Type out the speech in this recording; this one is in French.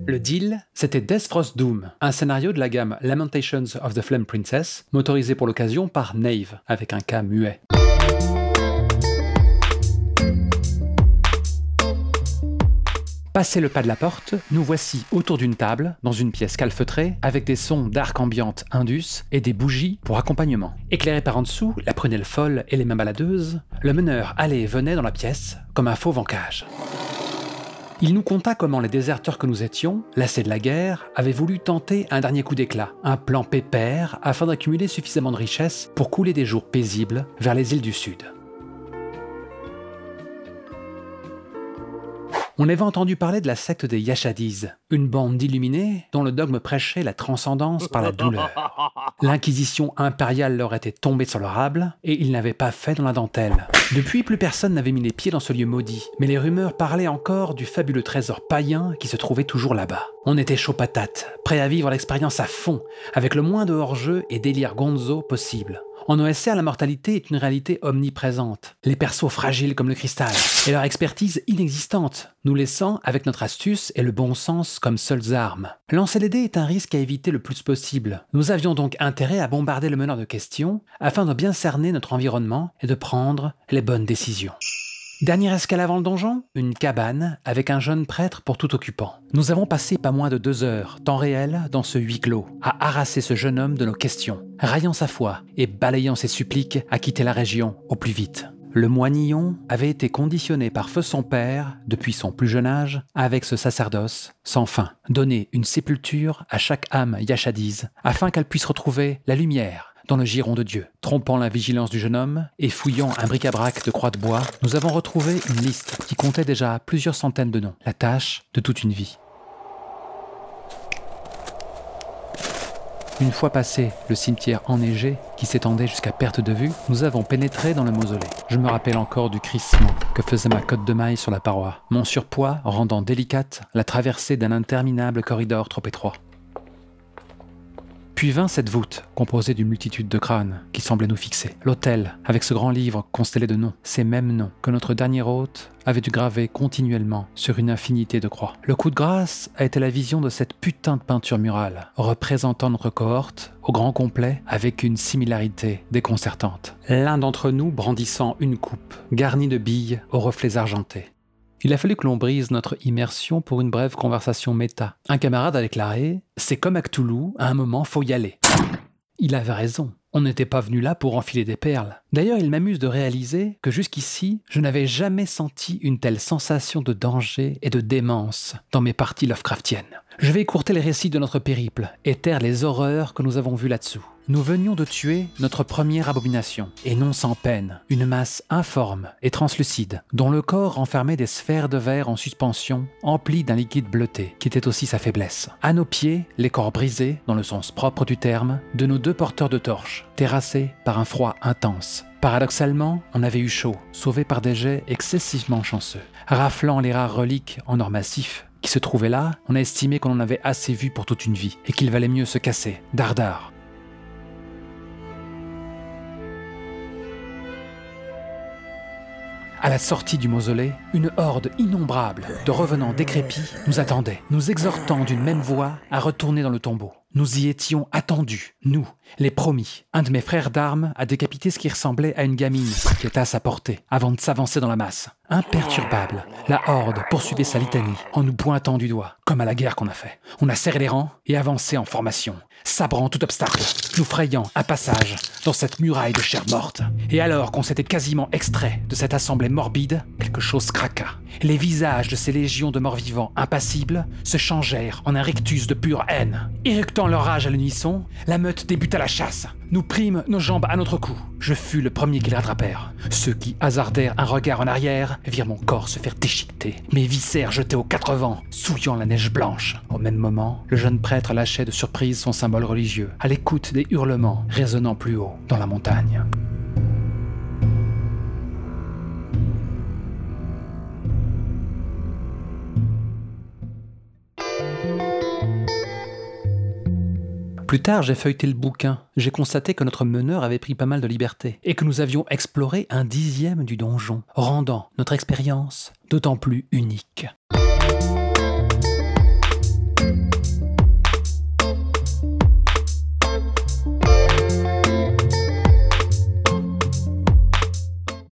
Le deal, c'était Death Frost Doom, un scénario de la gamme Lamentations of the Flame Princess, motorisé pour l'occasion par Nave, avec un K muet. Passé le pas de la porte, nous voici autour d'une table, dans une pièce calfeutrée, avec des sons d'arc ambiante Indus et des bougies pour accompagnement. Éclairé par en dessous, la prunelle folle et les mains baladeuses, le meneur allait et venait dans la pièce, comme un fauve en cage. Il nous conta comment les déserteurs que nous étions, lassés de la guerre, avaient voulu tenter un dernier coup d'éclat, un plan pépère afin d'accumuler suffisamment de richesses pour couler des jours paisibles vers les îles du Sud. On avait entendu parler de la secte des Yashadis, une bande d'illuminés dont le dogme prêchait la transcendance par la douleur. L'inquisition impériale leur était tombée sur le rable et ils n'avaient pas fait dans la dentelle. Depuis, plus personne n'avait mis les pieds dans ce lieu maudit, mais les rumeurs parlaient encore du fabuleux trésor païen qui se trouvait toujours là-bas. On était chaud patate, prêt à vivre l'expérience à fond, avec le moins de hors-jeu et délire gonzo possible. En OSR, la mortalité est une réalité omniprésente. Les persos fragiles comme le cristal, et leur expertise inexistante, nous laissant, avec notre astuce et le bon sens comme seules armes. Lancer les dés est un risque à éviter le plus possible. Nous avions donc intérêt à bombarder le meneur de questions, afin de bien cerner notre environnement et de prendre les bonnes décisions. Dernière escale avant le donjon, une cabane avec un jeune prêtre pour tout occupant. Nous avons passé pas moins de 2 heures, temps réel, dans ce huis clos, à harasser ce jeune homme de nos questions, raillant sa foi et balayant ses suppliques à quitter la région au plus vite. Le moinillon avait été conditionné par feu son père, depuis son plus jeune âge, avec ce sacerdoce sans fin, donner une sépulture à chaque âme Yashadise, afin qu'elle puisse retrouver la lumière, dans le giron de Dieu. Trompant la vigilance du jeune homme et fouillant un bric-à-brac de croix de bois, nous avons retrouvé une liste qui comptait déjà plusieurs centaines de noms. La tâche de toute une vie. Une fois passé le cimetière enneigé, qui s'étendait jusqu'à perte de vue, nous avons pénétré dans le mausolée. Je me rappelle encore du crissement que faisait ma cotte de maille sur la paroi, mon surpoids rendant délicate la traversée d'un interminable corridor trop étroit. Puis vint cette voûte, composée d'une multitude de crânes, qui semblait nous fixer. L'autel, avec ce grand livre constellé de noms, ces mêmes noms que notre dernier hôte avait dû graver continuellement sur une infinité de croix. Le coup de grâce a été la vision de cette putain de peinture murale, représentant notre cohorte, au grand complet, avec une similarité déconcertante. L'un d'entre nous brandissant une coupe, garnie de billes aux reflets argentés. Il a fallu que l'on brise notre immersion pour une brève conversation méta. Un camarade a déclaré « C'est comme à Cthulhu, à un moment, faut y aller ». Il avait raison. On n'était pas venu là pour enfiler des perles. D'ailleurs, il m'amuse de réaliser que jusqu'ici, je n'avais jamais senti une telle sensation de danger et de démence dans mes parties Lovecraftiennes. Je vais écourter les récits de notre périple et taire les horreurs que nous avons vues là-dessous. Nous venions de tuer notre première abomination, et non sans peine, une masse informe et translucide, dont le corps renfermait des sphères de verre en suspension, emplies d'un liquide bleuté, qui était aussi sa faiblesse. À nos pieds, les corps brisés, dans le sens propre du terme, de nos 2 porteurs de torches, terrassés par un froid intense. Paradoxalement, on avait eu chaud, sauvés par des jets excessivement chanceux. Raflant les rares reliques en or massif qui se trouvaient là, on a estimé qu'on en avait assez vu pour toute une vie, et qu'il valait mieux se casser, dardard. À la sortie du mausolée, une horde innombrable de revenants décrépits nous attendait, nous exhortant d'une même voix à retourner dans le tombeau. Nous y étions attendus, nous, les promis. Un de mes frères d'armes a décapité ce qui ressemblait à une gamine qui était à sa portée, avant de s'avancer dans la masse. Imperturbable, la horde poursuivait sa litanie en nous pointant du doigt, comme à la guerre qu'on a fait. On a serré les rangs et avancé en formation, sabrant tout obstacle, nous frayant un passage dans cette muraille de chair morte. Et alors qu'on s'était quasiment extrait de cette assemblée morbide, quelque chose craqua. Les visages de ces légions de morts-vivants impassibles se changèrent en un rictus de pure haine. Éructant leur rage à l'unisson, la meute débuta la chasse. Nous prîmes nos jambes à notre cou. Je fus le premier qui les rattrapèrent. Ceux qui hasardèrent un regard en arrière virent mon corps se faire déchiqueter, mes viscères jetés aux 4 vents, souillant la neige blanche. Au même moment, le jeune prêtre lâchait de surprise son symbole religieux, à l'écoute des hurlements résonnant plus haut dans la montagne. Plus tard, j'ai feuilleté le bouquin. J'ai constaté que notre meneur avait pris pas mal de liberté et que nous avions exploré un 10e du donjon, rendant notre expérience d'autant plus unique.